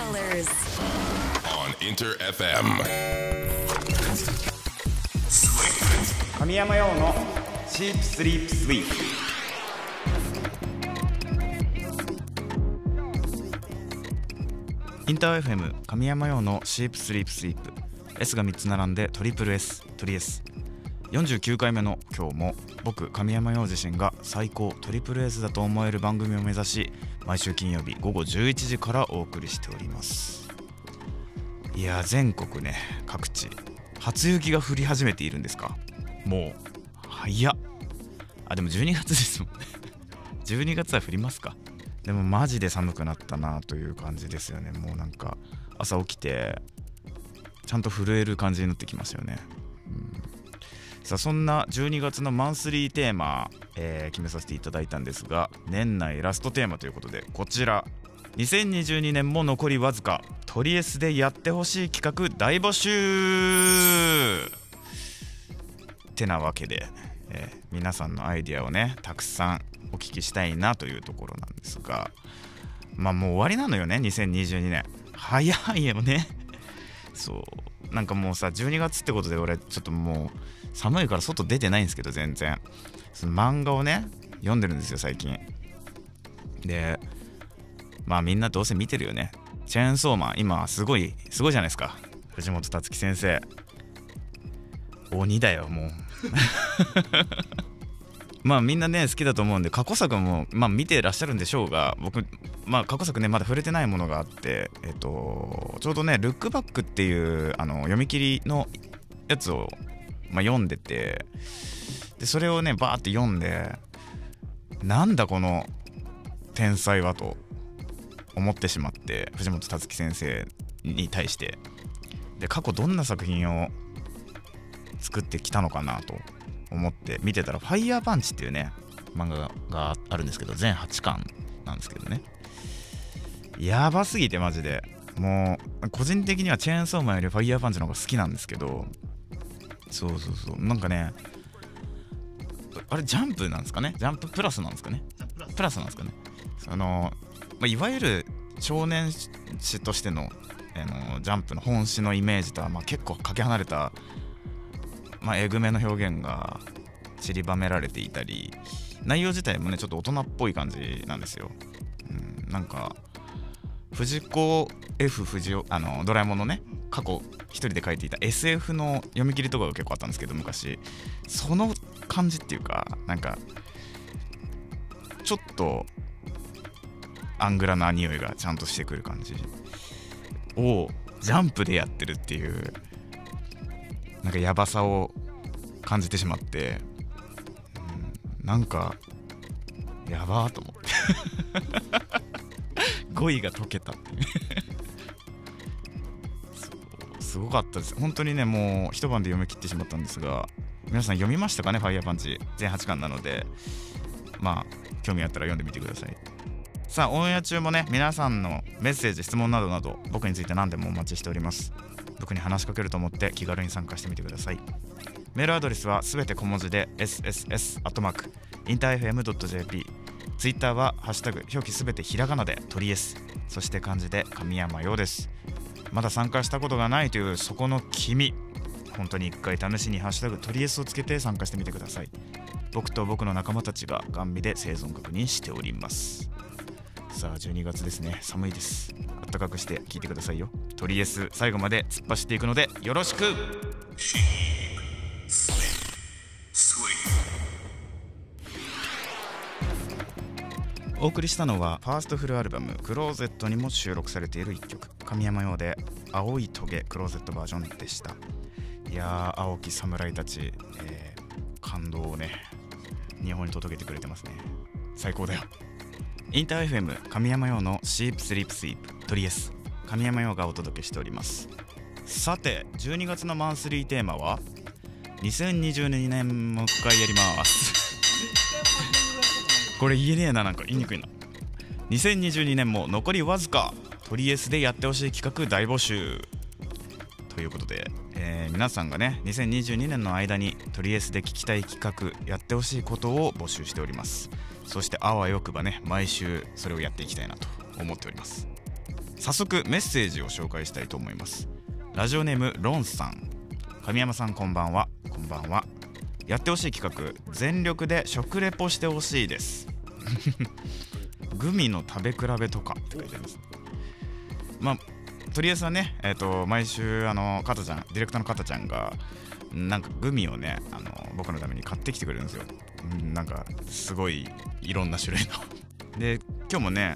colors on Inter FM. 神山用のシープスリープスイープ。インター FM 神山用のシープスリープスイープ S が3つ並んでトリプル S トリ S 49回目の今日も僕神山陽自身が最高トリプル S だと思える番組を目指し毎週金曜日午後11時からお送りしております。いや全国ね各地初雪が降り始めているんですか。もう早っ。でも12月ですもんね12月は降りますか。でもマジで寒くなったなという感じですよね。もうなんか朝起きてちゃんと震える感じになってきますよね。さあそんな12月のマンスリーテーマ、決めさせていただいたんですが、年内ラストテーマということでこちら2022年も残りわずかトリエスでやってほしい企画大募集ってなわけで、皆さんのアイデアをねたくさんお聞きしたいなというところなんですが、もう終わりなのよね2022年。早いよねそうなんかもうさ12月ってことで俺ちょっともう寒いから外出てないんですけど、全然その漫画をね読んでるんですよ最近で。みんなどうせ見てるよね。チェーンソーマン今すごいじゃないですか。藤本つ樹先生鬼だよもうみんなね好きだと思うんで過去作も見てらっしゃるんでしょうが、僕過去作ねまだ触れてないものがあって、ちょうどねルックバックっていう読み切りのやつを、読んでて、でそれをねバーって読んで、なんだこの天才はと思ってしまって、藤本つ樹先生に対してで過去どんな作品を作ってきたのかなと思って見てたら、ファイヤーパンチっていうね漫画があるんですけど、全8巻なんですけどね、やばすぎてマジでもう個人的にはチェーンソーマンよりファイヤーパンチの方が好きなんですけど、そうなんかねあれジャンプなんですかね、ジャンププラスなんですかね、プラスなんですかね。いわゆる少年誌としての、ジャンプの本誌のイメージとは結構かけ離れたえぐめの表現が散りばめられていたり、内容自体もねちょっと大人っぽい感じなんですよ。なんか藤子 F 不二雄ドラえもんのね過去一人で書いていた SF の読み切りとかが結構あったんですけど、昔その感じっていうか、なんかちょっとアングラな匂いがちゃんとしてくる感じをジャンプでやってるっていうなんかヤバさを感じてしまって、なんかやばーと思って語彙が解けたっていうすごかったです本当にね。もう一晩で読み切ってしまったんですが、皆さん読みましたかね。ファイヤーパンチ全8巻なので興味あったら読んでみてください。さあオンエア中もね皆さんのメッセージ質問などなど僕について何でもお待ちしております。僕に話しかけると思って気軽に参加してみてください。メールアドレスはすべて小文字で sss@interfm.jp、 ツイッターはハッシュタグ表記すべてひらがなでトリエス、そして漢字で神山陽です。まだ参加したことがないというそこの君、本当に一回試しにハッシュタグトリエスをつけて参加してみてください。僕と僕の仲間たちがガン見で生存確認しております。さあ12月ですね、寒いです。暖かくして聞いてくださいよ。トリエス最後まで突っ走っていくのでよろしく。お送りしたのはファーストフルアルバムクローゼットにも収録されている1曲、神山用で青いトゲクローゼットバージョンでした。いやー青き侍たち、感動をね日本に届けてくれてますね。最高だよ。インター FM 神山用のシープスリープスイープトリエス、神山用がお届けしております。さて12月のマンスリーテーマは2022年もう一回やりますこれ言えねえな、なんか言いにくいな。2022年も残りわずかトリエスでやってほしい企画大募集ということで、皆さんがね2022年の間にトリエスで聞きたい企画やってほしいことを募集しております。そしてあわよくばね毎週それをやっていきたいなと思っております。 早速メッセージを紹介したいと思います。ラジオネームロンさん。神山さんこんばんは。こんばんは。やってほしい企画、全力で食レポしてほしいですグミの食べ比べとかって書いてあります。まあとりあえずはね、毎週カタちゃん、ディレクターのカタちゃんがなんかグミをね、僕のために買ってきてくれるんですよ。なんかすごいいろんな種類ので、今日もね、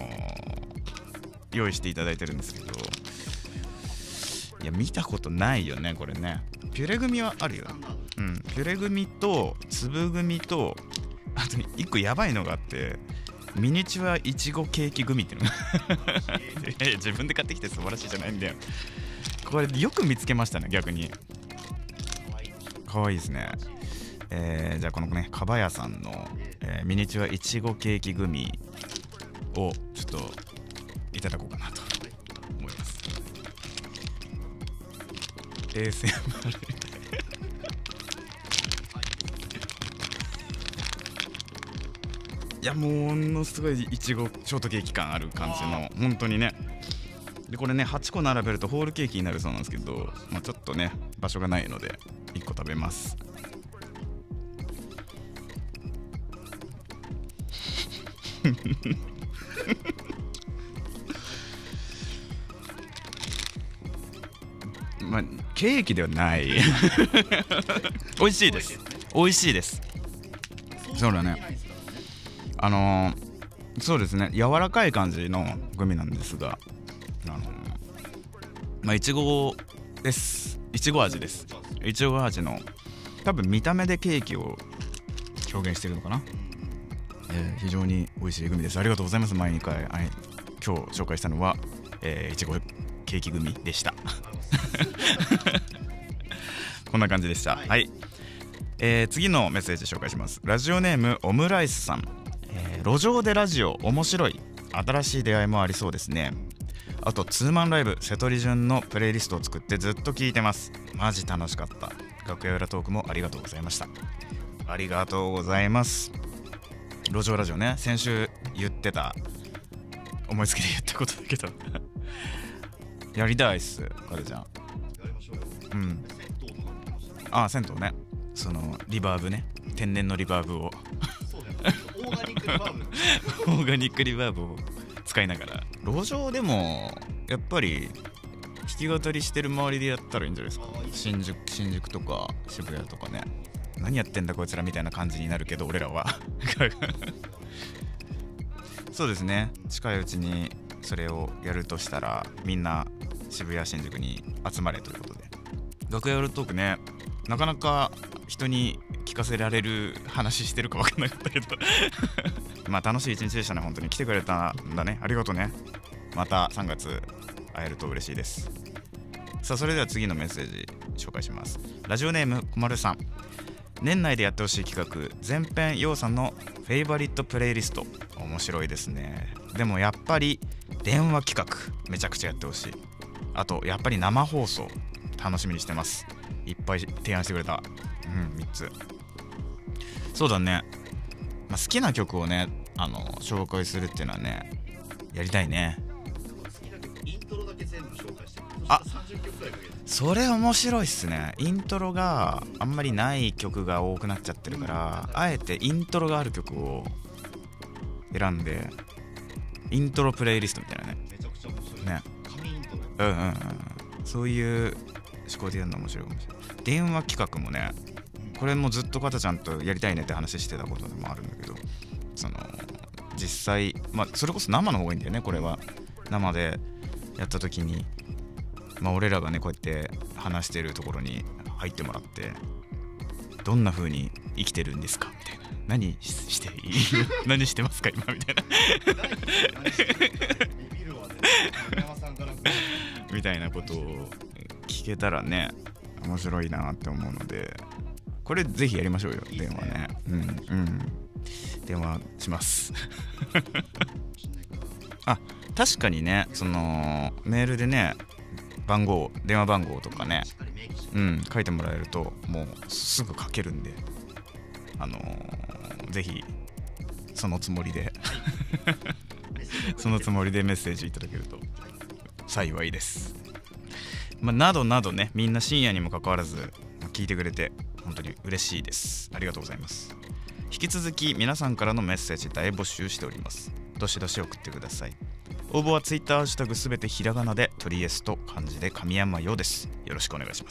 用意していただいてるんですけど、いや見たことないよねこれね。ピュレグミはあるよ。ピュレグミと粒グミと、あと1個やばいのがあって、ミニチュアいちごケーキグミっていうのが自分で買ってきて素晴らしいじゃないんだよ。これよく見つけましたね。逆にかわいいですね。じゃあこのね、かばやさんの、ミニチュアいちごケーキグミをちょっといただこうかなと思います。ASMR いや、ものすごいいちごショートケーキ感ある感じの、本当にね。でこれね、8個並べるとホールケーキになるそうなんですけど、ちょっとね場所がないので1個食べますケーキではない美味しいです。美味しいです。そうだね、そうですね、柔らかい感じのグミなんですが、いちごです。いちご味です。いちご味の多分見た目でケーキを表現してるのかな。非常に美味しいグミです。ありがとうございます。毎回、今日紹介したのはいちごケーキグミでしたこんな感じでした。はい、次のメッセージ紹介します。ラジオネームオムライスさん。路上でラジオ面白い。新しい出会いもありそうですね。あとツーマンライブ瀬戸利潤のプレイリストを作ってずっと聞いてます。マジ楽しかった。楽屋裏トークもありがとうございました。ありがとうございます。路上ラジオね、先週言ってた、思いつきで言ったことだけどやりたいっす、カズちゃん。やりましょうよ。銭湯ね。そのリバーブね、天然のリバーブをオーガニックリバーブオーガニックリバーブを使いながら、路上でもやっぱり弾き語りしてる周りでやったらいいんじゃないですか。新宿とか渋谷とかね。何やってんだこいつらみたいな感じになるけど、俺らはそうですね、近いうちにそれをやるとしたら、みんな渋谷新宿に集まれということで。楽屋裏トークね、なかなか人に聞かせられる話してるか分かんなかったけど楽しい一日でしたね。本当に来てくれたんだね。ありがとうね。また3月会えると嬉しいです。さあ、それでは次のメッセージ紹介します。ラジオネームこまるさん。年内でやってほしい企画、前編ようさんのフェイバリットプレイリスト。面白いですね。でもやっぱり電話企画めちゃくちゃやってほしい。あとやっぱり生放送楽しみにしてます。いっぱい提案してくれた。3つ。そうだね、好きな曲をね紹介するっていうのはね、やりたいね。好きな曲イントロだけ全部紹介してる。30曲くらいかけて。それ面白いっすね。イントロがあんまりない曲が多くなっちゃってるから、あえてイントロがある曲を選んで、イントロプレイリストみたいなね。めちゃくちゃ面白いね。紙イントロ。そういう思考でやるの面白いかもしれない。電話企画もね、これもずっとカタちゃんとやりたいねって話してたことでもあるんだけど、その実際、それこそ生の方がいいんだよね。これは生でやった時に、俺らがねこうやって話してるところに入ってもらって、どんな風に生きてるんですかみたいな、何していい何してますか今みたいなみたいなことを聞けたらね、面白いなって思うので、これぜひやりましょうよ、電話ね。電話します確かにね、そのメールでね、電話番号とかね、書いてもらえるともうすぐかけるんで、ぜひそのつもりでそのつもりでメッセージいただけると幸いです。などなどね、みんな深夜にもかかわらず聞いてくれて本当に嬉しいです。ありがとうございます。引き続き皆さんからのメッセージ大募集しております。どしどし送ってください。応募はツイッターハッシュタグすべてひらがなでトリエスと漢字で神山ようです。よろしくお願いします。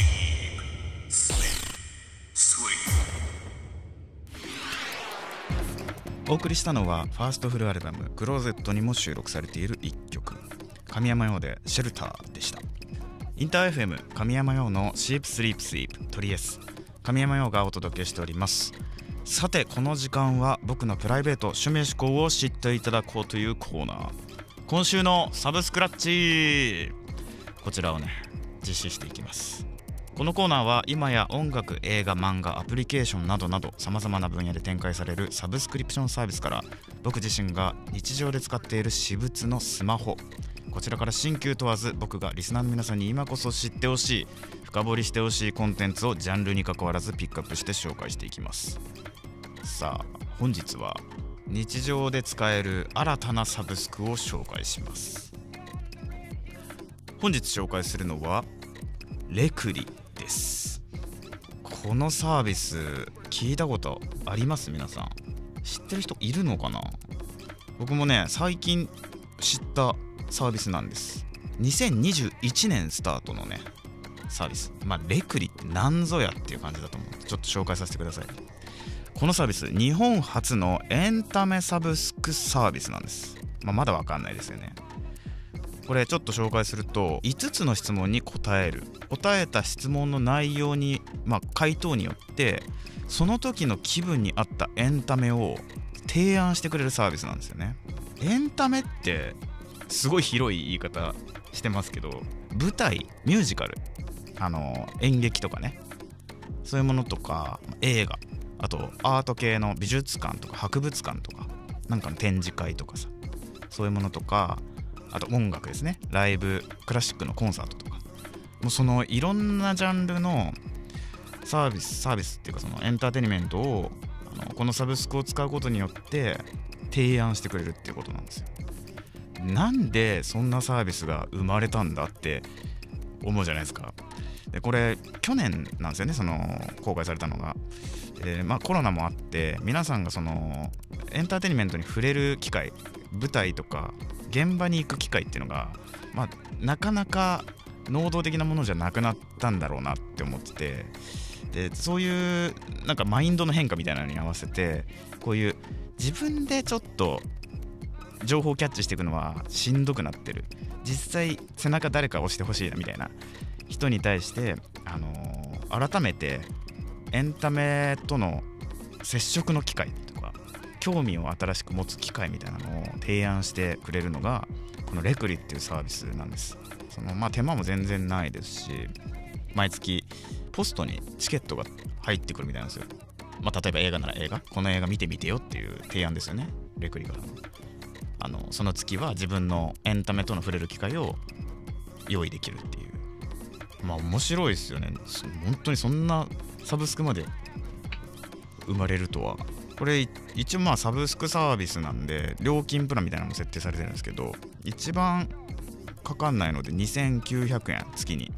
お送りしたのはファーストフルアルバムクローゼットにも収録されている一曲、神山ようでシェルターでした。インター FM 神山ようのシープスリープスイープトリエス、神山ようがお届けしております。さてこの時間は僕のプライベート趣味思考を知っていただこうというコーナー、今週のサブスクラッチ、こちらをね実施していきます。このコーナーは今や音楽、映画、漫画、アプリケーションなどなどさまざまな分野で展開されるサブスクリプションサービスから、僕自身が日常で使っている私物のスマホ、こちらから新旧問わず僕がリスナーの皆さんに今こそ知ってほしい、深掘りしてほしいコンテンツをジャンルに関わらずピックアップして紹介していきます。さあ本日は日常で使える新たなサブスクを紹介します。本日紹介するのはレクリです。このサービス聞いたことあります？皆さん知ってる人いるのかな？僕もね最近知ったサービスなんです。2021年スタートのねサービス、レクリって何ぞやっていう感じだと思うのでちょっと紹介させてください。このサービス日本初のエンタメサブスクサービスなんです。まだわかんないですよね。これちょっと紹介すると、5つの質問に答えた質問の内容に、回答によってその時の気分に合ったエンタメを提案してくれるサービスなんですよね。エンタメってすごい広い言い方してますけど、舞台、ミュージカル、演劇とかね、そういうものとか映画、あとアート系の美術館とか博物館とかなんかの展示会とかさ、そういうものとか、あと音楽ですね、ライブ、クラシックのコンサートとか、もうそのいろんなジャンルのサービスっていうか、そのエンターテインメントをこのサブスクを使うことによって提案してくれるっていうことなんですよ。なんでそんなサービスが生まれたんだって思うじゃないですか。でこれ去年なんですよね、その公開されたのが。コロナもあって皆さんがそのエンターテインメントに触れる機会、舞台とか現場に行く機会っていうのが、なかなか能動的なものじゃなくなったんだろうなって思ってて、でそういうなんかマインドの変化みたいなのに合わせて、こういう自分でちょっと情報をキャッチしていくのはしんどくなってる、実際背中誰か押してほしいなみたいな人に対して、改めてエンタメとの接触の機会とか興味を新しく持つ機会みたいなのを提案してくれるのがこのレクリっていうサービスなんです。その手間も全然ないですし、毎月ポストにチケットが入ってくるみたいなんですよ。例えば映画なら映画、この映画見てみてよっていう提案ですよね、レクリからの。その月は自分のエンタメとの触れる機会を用意できるっていう、面白いですよね。本当にそんなサブスクまで生まれるとは。これ一応サブスクサービスなんで料金プランみたいなのも設定されてるんですけど、一番かかんないので2900円、月に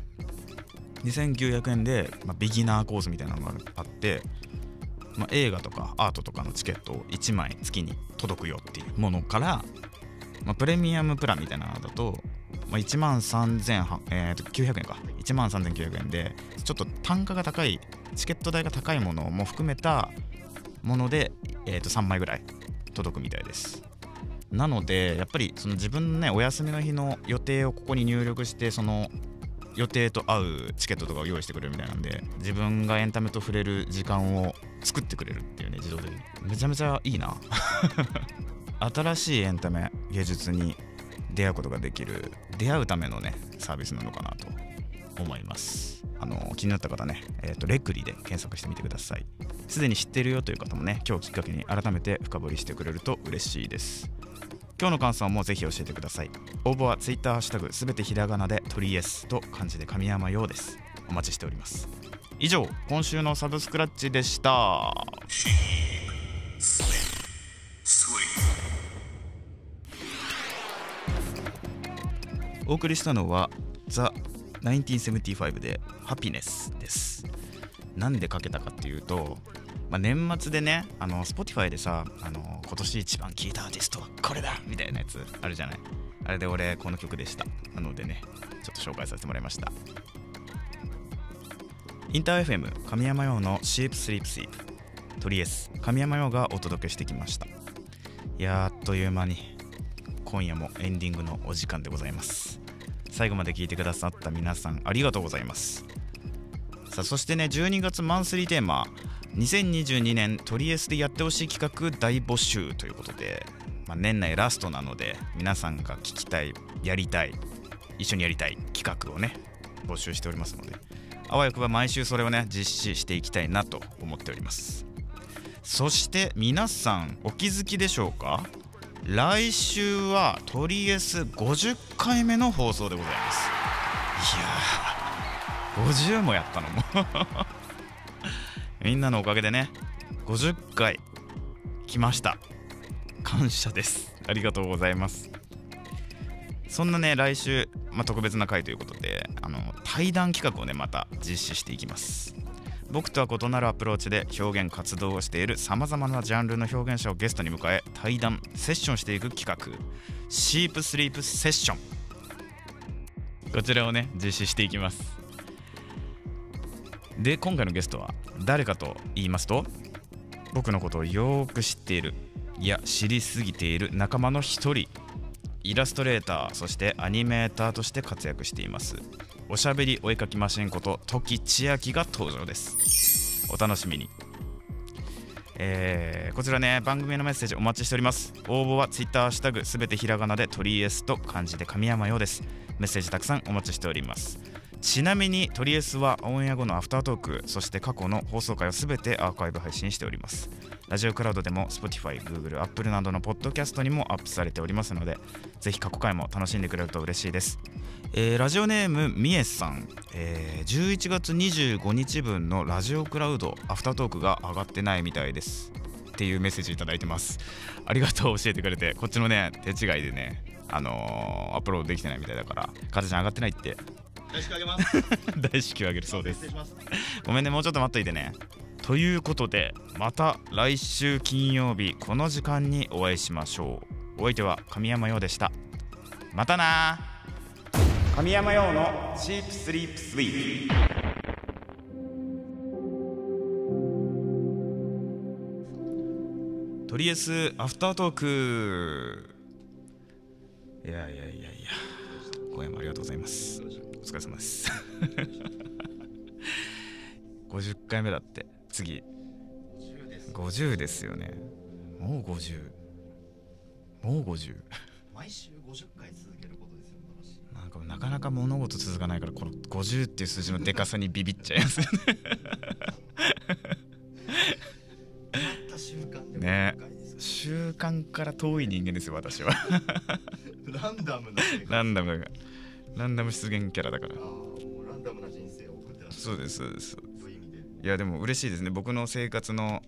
2900円で、ビギナーコースみたいなのがあって、映画とかアートとかのチケットを1枚月に届くよっていうものから、プレミアムプランみたいなのだと、13,900円か、13,900円でちょっと単価が高い、チケット代が高いものも含めたもので、3枚ぐらい届くみたいです。なのでやっぱりその自分のねお休みの日の予定をここに入力して、その予定と合うチケットとかを用意してくれるみたいなんで、自分がエンタメと触れる時間を作ってくれるっていうね、自動的に。めちゃめちゃいいな新しいエンタメ芸術に出会うことができる、出会うためのねサービスなのかなと思います。気になった方ね、レクリで検索してみてください。すでに知ってるよという方もね、今日きっかけに改めて深掘りしてくれると嬉しいです。今日の感想もぜひ教えてください。応募はツイッターハッシュタグすべてひらがなでトリエスと漢字で神山ようです。お待ちしております。以上、今週のサブスクラッチでした。 お送りしたのはザ1975でハピネスです。なんでかけたかっていうと、年末でね、Spotify でさ、今年一番聴いたアーティストはこれだみたいなやつあるじゃない。あれで俺この曲でした。なのでね、ちょっと紹介させてもらいました。インター FM 神山用のシープスリープシートリエス神山用がお届けしてきました。いやあっという間に今夜もエンディングのお時間でございます。最後まで聞いてくださった皆さんありがとうございます。さあ、そしてね、12月マンスリーテーマ、2022年トリエスでやってほしい企画大募集ということで、年内ラストなので皆さんが聞きたい、やりたい、一緒にやりたい企画をね募集しておりますので、あわよくば毎週それをね実施していきたいなと思っております。そして皆さんお気づきでしょうか、来週はトリエス50回目の放送でございます。いやー50もやったのもみんなのおかげでね50回来ました。感謝です。ありがとうございます。そんなね来週、特別な回ということで対談企画をねまた実施していきます。僕とは異なるアプローチで表現活動をしているさまざまなジャンルの表現者をゲストに迎え対談セッションしていく企画、シープスリープセッション、こちらをね実施していきます。で、今回のゲストは誰かと言いますと、僕のことをよーく知っている、いや知りすぎている仲間の一人、イラストレーター、そしてアニメーターとして活躍していますおしゃべりお絵かきマシンこと時千秋が登場です。お楽しみに。こちらね番組へのメッセージお待ちしております。応募は Twitter ハッシュタグすべてひらがなでトリエスと漢字で神山ようです。メッセージたくさんお待ちしております。ちなみにトリエスはオンエア後のアフタートーク、そして過去の放送回をすべてアーカイブ配信しております。ラジオクラウドでも Spotify、Google、Apple などのポッドキャストにもアップされておりますので、ぜひ過去回も楽しんでくれると嬉しいです。ラジオネームみえさん、11月25日分のラジオクラウドアフタートークが上がってないみたいですっていうメッセージいただいてます。ありがとう、教えてくれて。こっちのね手違いでねアップロードできてないみたいだから、かたちゃん上がってないって。 大至急あげます大至急あげるそうです。 失礼します。 ごめんね、もうちょっと待っといてね。ということでまた来週金曜日この時間にお会いしましょう。お相手は神山陽でした。またな。神山陽のチープスリープスイート。とりあえずアフタートーク。いや今夜もありがとうございます。お疲れ様です50回目だって。次50ですよね。もう50 毎週50回続けることですよ。 なかなか物事続かないから、この50っていう数字のでかさにビビっちゃいますねた習慣でね、習慣から遠い人間ですよ私はランダム出現キャラだから。 もうランダムな人生を送ってらっしゃる。 そうですそうです。 そういう意味で。 いやでも嬉しいですね。僕の生活の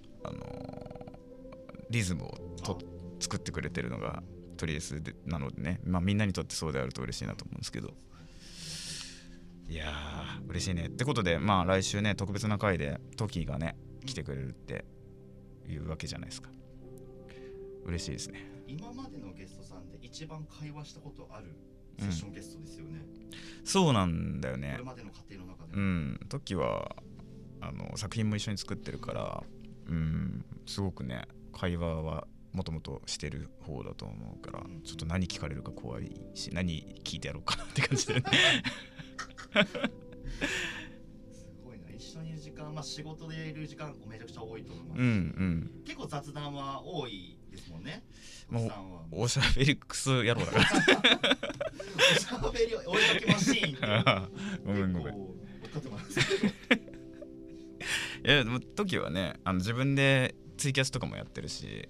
リズムを作ってくれてるのがトリエスでなのでね、みんなにとってそうであると嬉しいなと思うんですけど、いやー嬉しいねってことで、来週ね特別な回でトキがね来てくれるっていうわけじゃないですか。嬉しいですね。 今までのゲストさんで一番会話したことあるセッションゲストですよね。 そうなんだよね。 これまでの過程の中でトキは作品も一緒に作ってるから、すごくね会話はもともとしてる方だと思うから、ちょっと何聞かれるか怖いし、何聞いてやろうかなって感じですごいな。一緒にいる時間、仕事でいる時間めちゃくちゃ多いと思います。結構雑談は多いですもんね。 もうおしゃべりクソ野郎だからおしゃべり追いかけマシーンごめん追っかってますいやでも時はね自分でツイキャスとかもやってるし、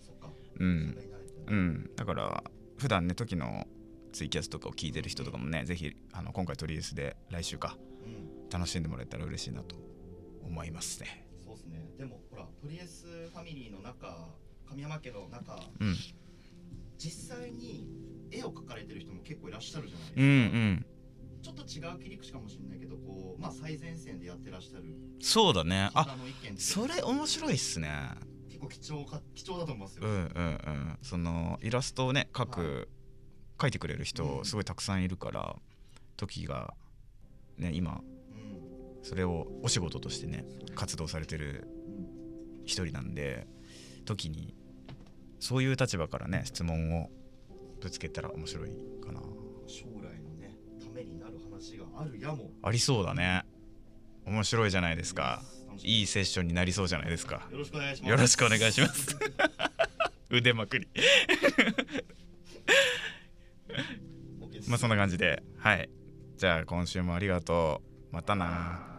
だから普段ね時のツイキャスとかを聞いてる人とかもね、ぜひ今回トリエスで来週か、楽しんでもらえたら嬉しいなと思いますね。 そうですね。でもほらトリエスファミリーの中、神山家の中、実際に絵絵を描かれてる人も結構いらっしゃるじゃないですか。 うんうん。 ちょっと違う切り口かもしれないけど、こうまあ最前線でやってらっしゃるそうだね。あ、 方の意見ってそれ面白いっすね。 結構貴重だと思いますよ。 うんうんうん。そのイラストをね描いてくれる人すごいたくさんいるから、時がね今それをお仕事としてね活動されてる一人なんで、時にそういう立場からね質問をぶつけたら面白いかな。 将来のねためになる話があるやもありそうだね。面白いじゃないですか。いいセッションになりそうじゃないですか。 よろしくお願いします。 よろしくお願いします腕まくりまあそんな感じで、はい、じゃあ今週もありがとう。またな。